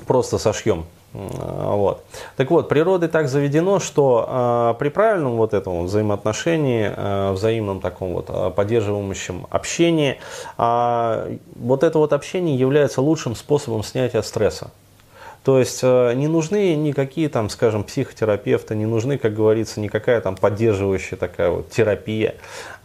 просто сошьем. Вот. Так вот, природой так заведено, что при правильном вот этом взаимоотношении, взаимном таком вот поддерживающем общении, вот это вот общение является лучшим способом снятия стресса. То есть не нужны никакие там, скажем, психотерапевты, не нужны, как говорится, никакая там поддерживающая такая вот терапия.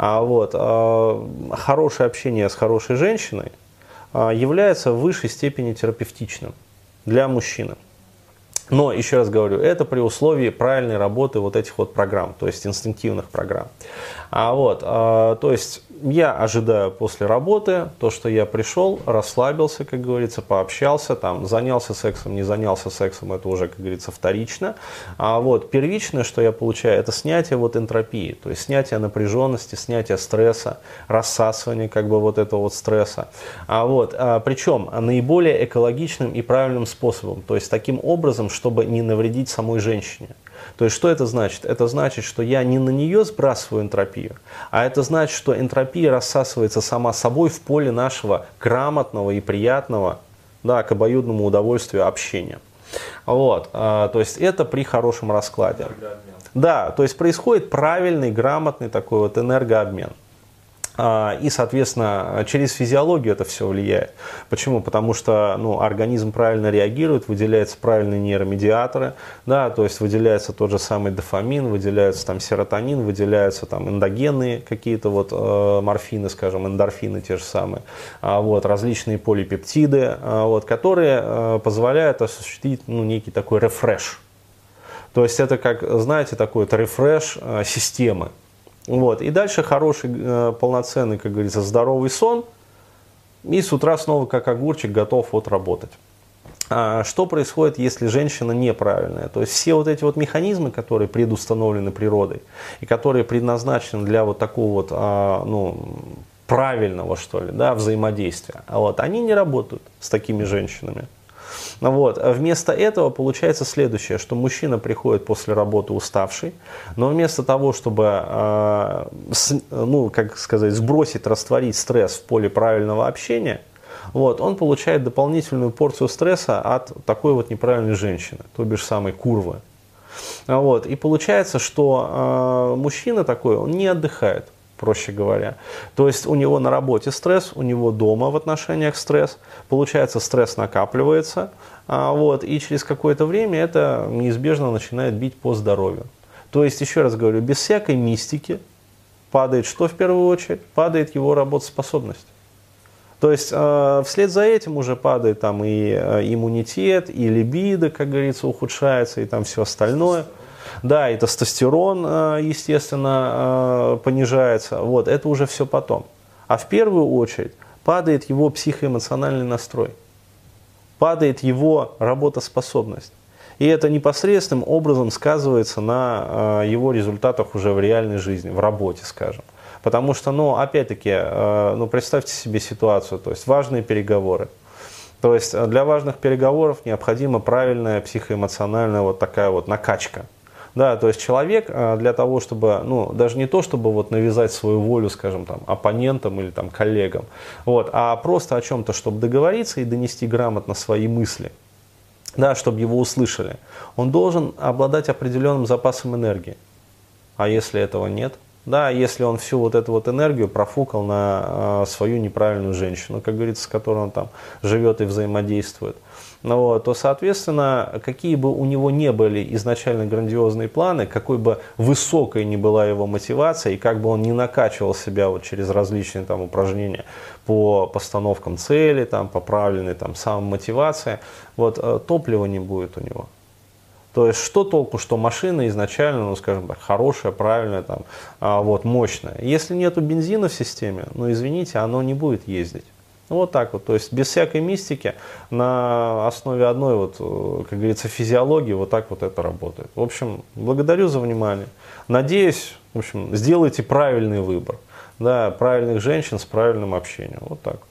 Хорошее общение с хорошей женщиной является в высшей степени терапевтичным для мужчины. Но, еще раз говорю, это при условии правильной работы вот этих вот программ, то есть инстинктивных программ. То есть я ожидаю после работы то, что я пришел, расслабился, как говорится, пообщался, там, занялся сексом, не занялся сексом, это уже, как говорится, вторично. Первичное, что я получаю, это снятие вот энтропии, то есть снятие напряженности, снятие стресса, рассасывание как бы вот этого вот стресса. Причем наиболее экологичным и правильным способом, то есть таким образом, чтобы не навредить самой женщине. То есть, что это значит? Это значит, что я не на нее сбрасываю энтропию, а это значит, что энтропия рассасывается сама собой в поле нашего грамотного и приятного, да, к обоюдному удовольствию общения. То есть, это при хорошем раскладе. Да, то есть, происходит правильный, грамотный такой вот энергообмен. И, соответственно, через физиологию это все влияет. Почему? Потому что организм правильно реагирует, выделяются правильные нейромедиаторы, да, то есть выделяется тот же самый дофамин, выделяется там серотонин, выделяются там эндогенные какие-то вот морфины, скажем, эндорфины те же самые, различные полипептиды, которые позволяют осуществить некий такой рефреш. То есть это как, знаете, такой вот рефреш системы. И дальше хороший, полноценный, как говорится, здоровый сон. И с утра снова как огурчик готов работать. Что происходит, если женщина неправильная? То есть все вот эти вот механизмы, которые предустановлены природой и которые предназначены для вот такого вот правильного, что ли, да, взаимодействия, они не работают с такими женщинами. Вместо этого получается следующее, что мужчина приходит после работы уставший, но вместо того, чтобы сбросить, растворить стресс в поле правильного общения, он получает дополнительную порцию стресса от такой вот неправильной женщины, то бишь самой курвы. И получается, что мужчина такой, он не отдыхает, проще говоря. То есть у него на работе стресс, у него дома в отношениях стресс, получается стресс накапливается, и через какое-то время это неизбежно начинает бить по здоровью. То есть, еще раз говорю, без всякой мистики падает что в первую очередь? Падает его работоспособность. То есть вслед за этим уже падает там и иммунитет, и либидо, как говорится, ухудшается, и там все остальное. Да, и тестостерон, естественно, понижается. Это уже все потом. А в первую очередь падает его психоэмоциональный настрой. Падает его работоспособность. И это непосредственным образом сказывается на его результатах уже в реальной жизни, в работе, скажем. Потому что, опять-таки, представьте себе ситуацию, то есть важные переговоры. То есть для важных переговоров необходима правильная психоэмоциональная вот такая вот накачка. Да, то есть человек для того, чтобы, даже не то, чтобы навязать свою волю, скажем, там, оппонентам или там, коллегам, а просто о чем-то, чтобы договориться и донести грамотно свои мысли, да, чтобы его услышали, он должен обладать определенным запасом энергии. А если этого нет? Да, если он всю вот эту вот энергию профукал на свою неправильную женщину, как говорится, с которой он там живет и взаимодействует, то, соответственно, какие бы у него не были изначально грандиозные планы, какой бы высокой ни была его мотивация, и как бы он ни накачивал себя через различные там упражнения по постановкам цели, там, по правильной там, самомотивации, топлива не будет у него. То есть, что толку, что машина изначально, скажем так, хорошая, правильная, там, мощная. Если нету бензина в системе, извините, оно не будет ездить. Вот так вот, то есть без всякой мистики, на основе одной, как говорится, физиологии, вот так вот это работает. В общем, благодарю за внимание. Надеюсь, в общем, сделайте правильный выбор. Да, правильных женщин с правильным общением. Вот так.